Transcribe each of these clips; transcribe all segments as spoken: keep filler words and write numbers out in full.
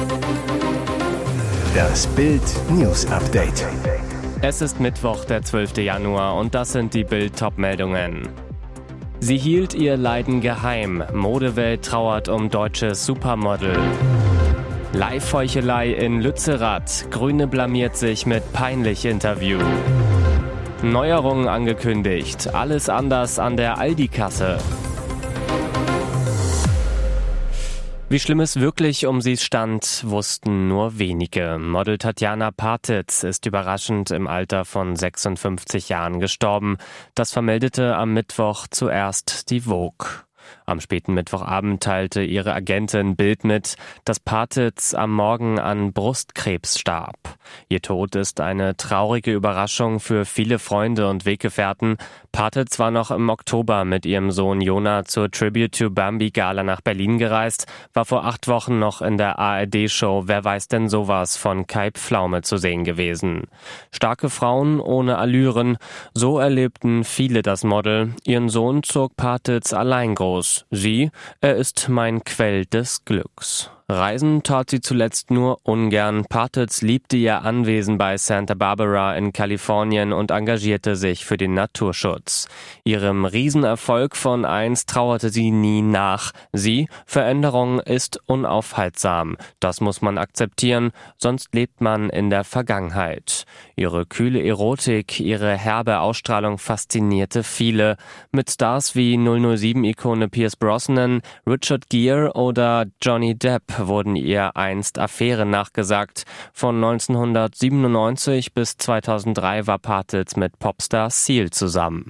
Das Bild News Update. Es ist Mittwoch, der zwölfte Januar und das sind die Bild-Top-Meldungen. Sie hielt ihr Leiden geheim. Modewelt trauert um deutsches Supermodel. Live-Heuchelei in Lützerath. Grüne blamiert sich mit Peinlich-Interview. Neuerungen angekündigt. Alles anders an der Aldi-Kasse. Wie schlimm es wirklich um sie stand, wussten nur wenige. Model Tatjana Partitz ist überraschend im Alter von sechsundfünfzig Jahren gestorben. Das vermeldete am Mittwoch zuerst die Vogue. Am späten Mittwochabend teilte ihre Agentin Bild mit, dass Partitz am Morgen an Brustkrebs starb. Ihr Tod ist eine traurige Überraschung für viele Freunde und Weggefährten. Partitz war noch im Oktober mit ihrem Sohn Jona zur Tribute to Bambi Gala nach Berlin gereist, war vor acht Wochen noch in der A R D-Show Wer weiß denn sowas von Kai Pflaume zu sehen gewesen. Starke Frauen ohne Allüren, so erlebten viele das Model. Ihren Sohn zog Partitz allein groß. Sie, er ist mein Quell des Glücks. Reisen tat sie zuletzt nur ungern. Partitz liebte ihr Anwesen bei Santa Barbara in Kalifornien und engagierte sich für den Naturschutz. Ihrem Riesenerfolg von einst trauerte sie nie nach. Sie, Veränderung ist unaufhaltsam. Das muss man akzeptieren, sonst lebt man in der Vergangenheit. Ihre kühle Erotik, ihre herbe Ausstrahlung faszinierte viele. Mit Stars wie null null sieben-Ikone Pierce Brosnan, Richard Gere oder Johnny Depp wurden ihr einst Affären nachgesagt. Von neunzehnhundertsiebenundneunzig bis zweitausenddrei war Partitz mit Popstar Seal zusammen.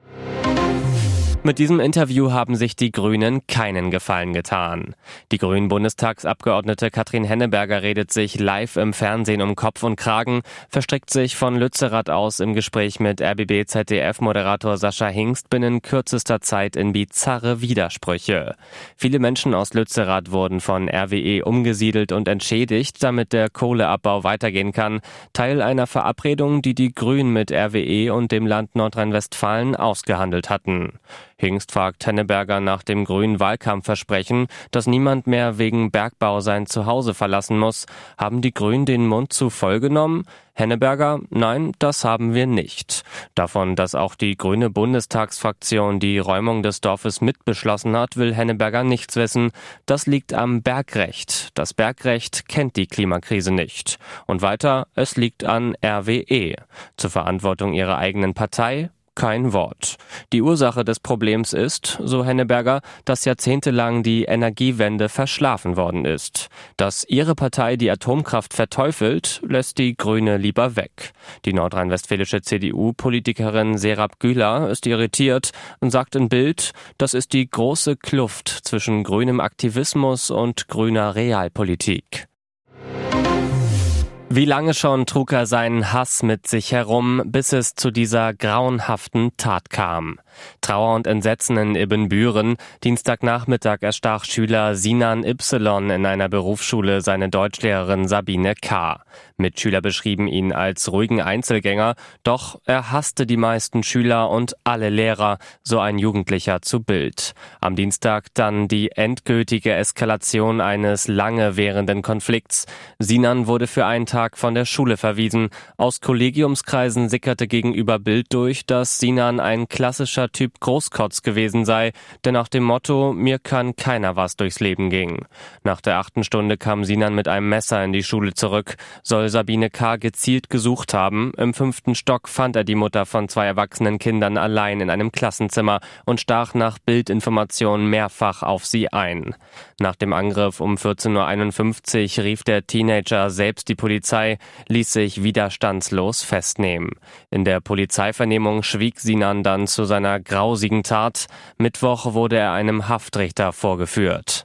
Mit diesem Interview haben sich die Grünen keinen Gefallen getan. Die Grünen-Bundestagsabgeordnete Katrin Henneberger redet sich live im Fernsehen um Kopf und Kragen, verstrickt sich von Lützerath aus im Gespräch mit R B B-Z D F-Moderator Sascha Hingst binnen kürzester Zeit in bizarre Widersprüche. Viele Menschen aus Lützerath wurden von R W E umgesiedelt und entschädigt, damit der Kohleabbau weitergehen kann. Teil einer Verabredung, die die Grünen mit R W E und dem Land Nordrhein-Westfalen ausgehandelt hatten. Hingst fragt Henneberger nach dem grünen Wahlkampfversprechen, dass niemand mehr wegen Bergbau sein Zuhause verlassen muss. Haben die Grünen den Mund zu voll genommen? Henneberger, nein, das haben wir nicht. Davon, dass auch die grüne Bundestagsfraktion die Räumung des Dorfes mitbeschlossen hat, will Henneberger nichts wissen. Das liegt am Bergrecht. Das Bergrecht kennt die Klimakrise nicht. Und weiter, es liegt an R W E. Zur Verantwortung ihrer eigenen Partei? Kein Wort. Die Ursache des Problems ist, so Henneberger, dass jahrzehntelang die Energiewende verschlafen worden ist. Dass ihre Partei die Atomkraft verteufelt, lässt die Grüne lieber weg. Die nordrhein-westfälische C D U-Politikerin Serap Güler ist irritiert und sagt in Bild, das ist die große Kluft zwischen grünem Aktivismus und grüner Realpolitik. Wie lange schon trug er seinen Hass mit sich herum, bis es zu dieser grauenhaften Tat kam. Trauer und Entsetzen in Ibbenbüren. Dienstagnachmittag erstach Schüler Sinan Y in einer Berufsschule seine Deutschlehrerin Sabine K. Mitschüler beschrieben ihn als ruhigen Einzelgänger, doch er hasste die meisten Schüler und alle Lehrer, so ein Jugendlicher zu Bild. Am Dienstag dann die endgültige Eskalation eines lange währenden Konflikts. Sinan wurde für einen Tag von der Schule verwiesen. Aus Kollegiumskreisen sickerte gegenüber Bild durch, dass Sinan ein klassischer Typ Großkotz gewesen sei, der nach dem Motto „Mir kann keiner was" durchs Leben ging. Nach der achten Stunde kam Sinan mit einem Messer in die Schule zurück, soll Sabine K. gezielt gesucht haben. Im fünften Stock fand er die Mutter von zwei erwachsenen Kindern allein in einem Klassenzimmer und stach nach Bildinformationen mehrfach auf sie ein. Nach dem Angriff um vierzehn Uhr einundfünfzig rief der Teenager selbst die Polizei, ließ sich widerstandslos festnehmen. In der Polizeivernehmung schwieg Sinan dann zu seiner grausigen Tat. Mittwoch wurde er einem Haftrichter vorgeführt.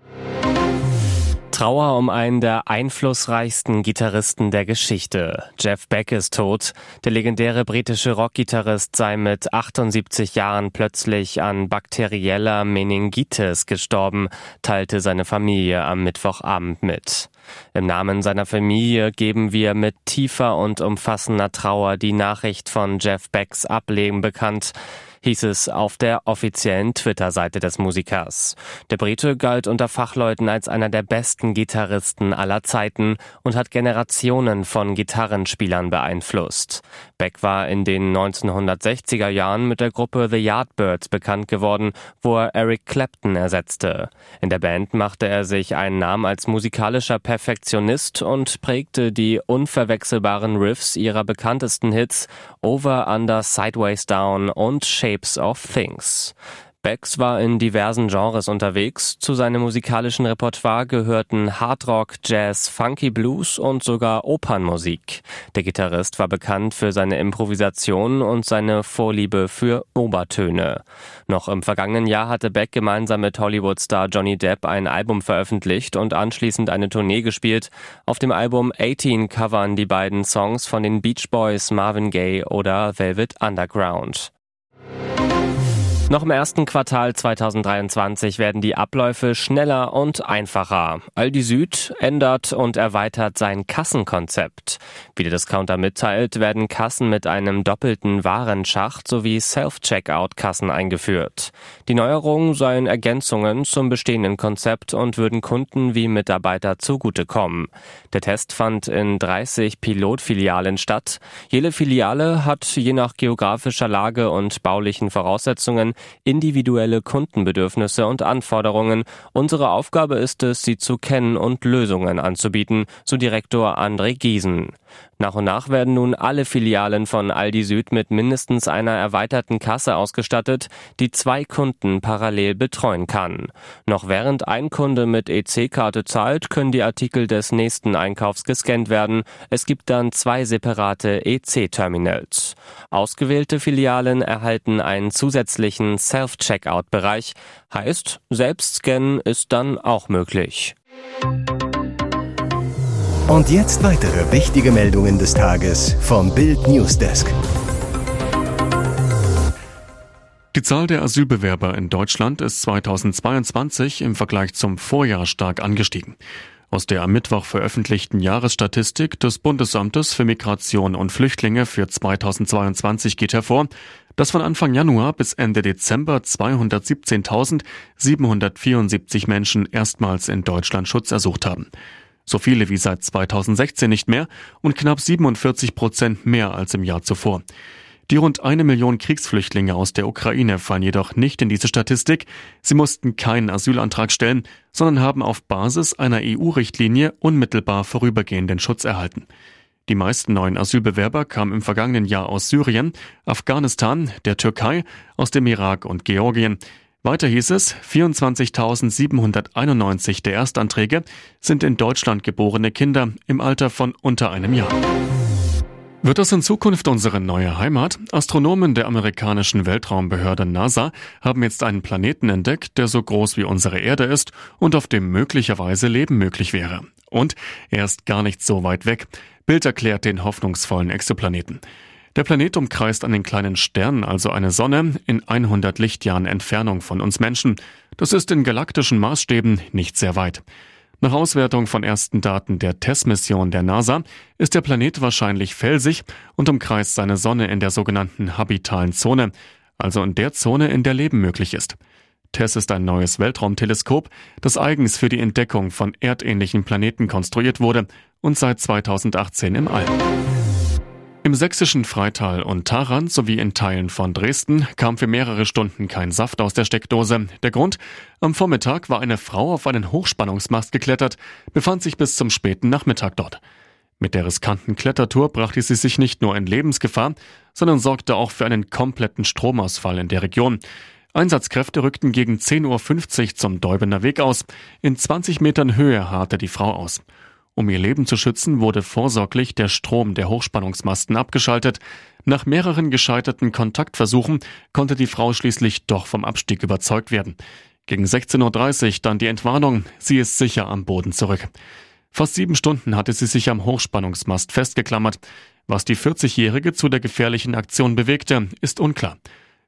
Trauer um einen der einflussreichsten Gitarristen der Geschichte. Jeff Beck ist tot. Der legendäre britische Rockgitarrist sei mit achtundsiebzig Jahren plötzlich an bakterieller Meningitis gestorben, teilte seine Familie am Mittwochabend mit. Im Namen seiner Familie geben wir mit tiefer und umfassender Trauer die Nachricht von Jeff Becks Ableben bekannt. hieß es auf der offiziellen Twitter-Seite des Musikers. Der Brite galt unter Fachleuten als einer der besten Gitarristen aller Zeiten und hat Generationen von Gitarrenspielern beeinflusst. Beck war in den neunzehnhundertsechziger Jahren mit der Gruppe The Yardbirds bekannt geworden, wo er Eric Clapton ersetzte. In der Band machte er sich einen Namen als musikalischer Perfektionist und prägte die unverwechselbaren Riffs ihrer bekanntesten Hits Over, Under, Sideways Down und Shapes of Things. Becks war in diversen Genres unterwegs. Zu seinem musikalischen Repertoire gehörten Hardrock, Jazz, Funky Blues und sogar Opernmusik. Der Gitarrist war bekannt für seine Improvisation und seine Vorliebe für Obertöne. Noch im vergangenen Jahr hatte Beck gemeinsam mit Hollywood-Star Johnny Depp ein Album veröffentlicht und anschließend eine Tournee gespielt. Auf dem Album achtzehn covern die beiden Songs von den Beach Boys, Marvin Gaye oder Velvet Underground. Noch im ersten Quartal zweitausenddreiundzwanzig werden die Abläufe schneller und einfacher. Aldi Süd ändert und erweitert sein Kassenkonzept. Wie der Discounter mitteilt, werden Kassen mit einem doppelten Warenschacht sowie Self-Checkout-Kassen eingeführt. Die Neuerungen seien Ergänzungen zum bestehenden Konzept und würden Kunden wie Mitarbeiter zugutekommen. Der Test fand in dreißig Pilotfilialen statt. Jede Filiale hat je nach geografischer Lage und baulichen Voraussetzungen individuelle Kundenbedürfnisse und Anforderungen. Unsere Aufgabe ist es, sie zu kennen und Lösungen anzubieten, so Direktor André Giesen. Nach und nach werden nun alle Filialen von Aldi Süd mit mindestens einer erweiterten Kasse ausgestattet, die zwei Kunden parallel betreuen kann. Noch während ein Kunde mit E C-Karte zahlt, können die Artikel des nächsten Einkaufs gescannt werden. Es gibt dann zwei separate E C-Terminals. Ausgewählte Filialen erhalten einen zusätzlichen Self-Checkout-Bereich. Heißt, Selbstscannen ist dann auch möglich. Und jetzt weitere wichtige Meldungen des Tages vom Bild Newsdesk. Die Zahl der Asylbewerber in Deutschland ist zweitausendzweiundzwanzig im Vergleich zum Vorjahr stark angestiegen. Aus der am Mittwoch veröffentlichten Jahresstatistik des Bundesamtes für Migration und Flüchtlinge für zweitausendzweiundzwanzig geht hervor, dass von Anfang Januar bis Ende Dezember zweihundertsiebzehntausendsiebenhundertvierundsiebzig Menschen erstmals in Deutschland Schutz ersucht haben. So viele wie seit zweitausendsechzehn nicht mehr und knapp siebenundvierzig Prozent mehr als im Jahr zuvor. Die rund eine Million Kriegsflüchtlinge aus der Ukraine fallen jedoch nicht in diese Statistik. Sie mussten keinen Asylantrag stellen, sondern haben auf Basis einer E U-Richtlinie unmittelbar vorübergehenden Schutz erhalten. Die meisten neuen Asylbewerber kamen im vergangenen Jahr aus Syrien, Afghanistan, der Türkei, aus dem Irak und Georgien. Weiter hieß es, vierundzwanzigtausendsiebenhunderteinundneunzig der Erstanträge sind in Deutschland geborene Kinder im Alter von unter einem Jahr. Wird das in Zukunft unsere neue Heimat? Astronomen der amerikanischen Weltraumbehörde NASA haben jetzt einen Planeten entdeckt, der so groß wie unsere Erde ist und auf dem möglicherweise Leben möglich wäre. Und er ist gar nicht so weit weg. Bild erklärt den hoffnungsvollen Exoplaneten. Der Planet umkreist einen kleinen Stern, also eine Sonne, in hundert Lichtjahren Entfernung von uns Menschen. Das ist in galaktischen Maßstäben nicht sehr weit. Nach Auswertung von ersten Daten der TESS-Mission der NASA ist der Planet wahrscheinlich felsig und umkreist seine Sonne in der sogenannten habitalen Zone, also in der Zone, in der Leben möglich ist. TESS ist ein neues Weltraumteleskop, das eigens für die Entdeckung von erdähnlichen Planeten konstruiert wurde und seit zweitausendachtzehn im All. Im sächsischen Freital und Tharandt sowie in Teilen von Dresden kam für mehrere Stunden kein Saft aus der Steckdose. Der Grund? Am Vormittag war eine Frau auf einen Hochspannungsmast geklettert, befand sich bis zum späten Nachmittag dort. Mit der riskanten Klettertour brachte sie sich nicht nur in Lebensgefahr, sondern sorgte auch für einen kompletten Stromausfall in der Region. Einsatzkräfte rückten gegen zehn Uhr fünfzig zum Deubener Weg aus. In zwanzig Metern Höhe harrte die Frau aus. Um ihr Leben zu schützen, wurde vorsorglich der Strom der Hochspannungsmasten abgeschaltet. Nach mehreren gescheiterten Kontaktversuchen konnte die Frau schließlich doch vom Abstieg überzeugt werden. Gegen sechzehn Uhr dreißig dann die Entwarnung, sie ist sicher am Boden zurück. Fast sieben Stunden hatte sie sich am Hochspannungsmast festgeklammert. Was die vierzigjährige zu der gefährlichen Aktion bewegte, ist unklar.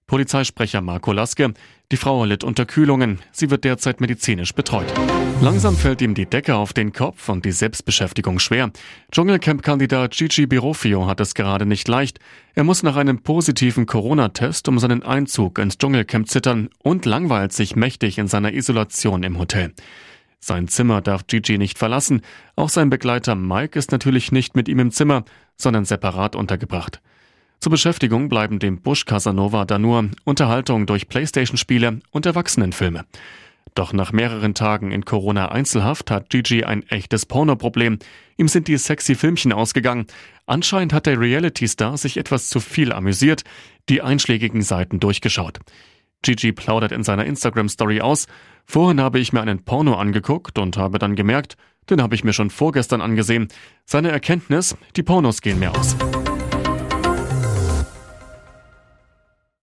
Polizeisprecher Marco Laske: Die Frau litt Unterkühlungen. Sie wird derzeit medizinisch betreut. Langsam fällt ihm die Decke auf den Kopf und die Selbstbeschäftigung schwer. Dschungelcamp-Kandidat Gigi Birofio hat es gerade nicht leicht. Er muss nach einem positiven Corona-Test um seinen Einzug ins Dschungelcamp zittern und langweilt sich mächtig in seiner Isolation im Hotel. Sein Zimmer darf Gigi nicht verlassen. Auch sein Begleiter Mike ist natürlich nicht mit ihm im Zimmer, sondern separat untergebracht. Zur Beschäftigung bleiben dem Busch-Casanova da nur Unterhaltung durch Playstation-Spiele und Erwachsenenfilme. Doch nach mehreren Tagen in Corona-Einzelhaft hat Gigi ein echtes Pornoproblem. Ihm sind die sexy Filmchen ausgegangen. Anscheinend hat der Reality-Star sich etwas zu viel amüsiert, die einschlägigen Seiten durchgeschaut. Gigi plaudert in seiner Instagram-Story aus: Vorhin habe ich mir einen Porno angeguckt und habe dann gemerkt, den habe ich mir schon vorgestern angesehen. Seine Erkenntnis: Die Pornos gehen mir aus.